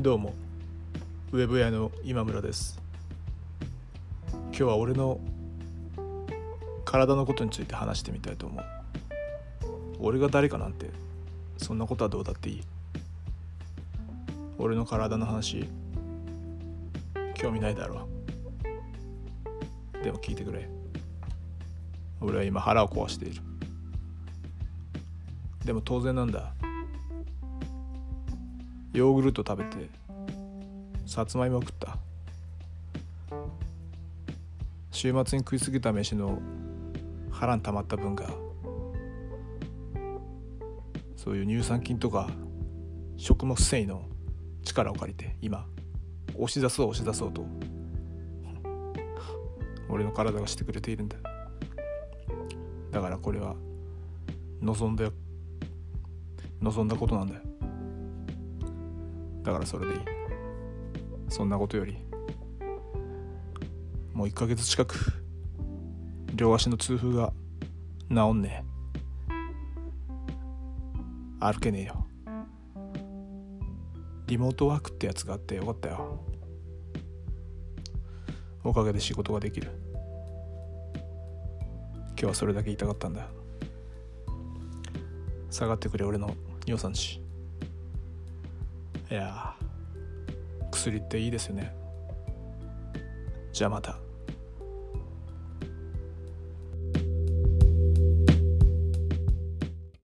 どうもウェブ屋の今村です。今日は俺の体のことについて話してみたいと思う。俺が誰かなんてそんなことはどうだっていい。俺の体の話興味ないだろう。でも聞いてくれ。俺は今腹を壊している。でも当然なんだ。ヨーグルト食べてさつまいも食った。週末に食いすぎた飯の腹に溜まった分が、そういう乳酸菌とか食物繊維の力を借りて今押し出そうと俺の体がしてくれているんだ。だからこれは望んだことなんだよ。だからそれでいい。そんなことよりもう1ヶ月近く両足の痛風が治んねえ。歩けねえよ。リモートワークってやつがあってよかったよ。おかげで仕事ができる。今日はそれだけ言いたかったんだ。下がってくれ俺の尿酸値。いや薬っていいですよね。じゃあまた。